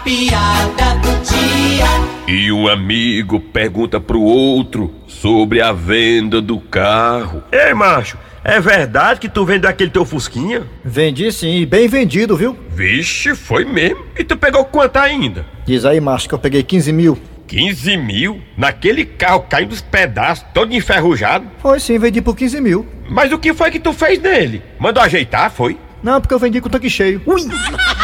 piada do dia. E um amigo pergunta pro outro sobre a venda do carro. Ei, macho, é verdade que tu vendeu aquele teu Fusquinha? Vendi sim, bem vendido, viu? Vixe, foi mesmo. E tu pegou quanto ainda? Diz aí, macho, que eu peguei 15 mil. 15 mil? Naquele carro caindo dos pedaços, todo enferrujado? Foi sim, vendi por 15 mil. Mas o que foi que tu fez nele? Mandou ajeitar, foi? Não, porque eu vendi com o tanque cheio. Ui!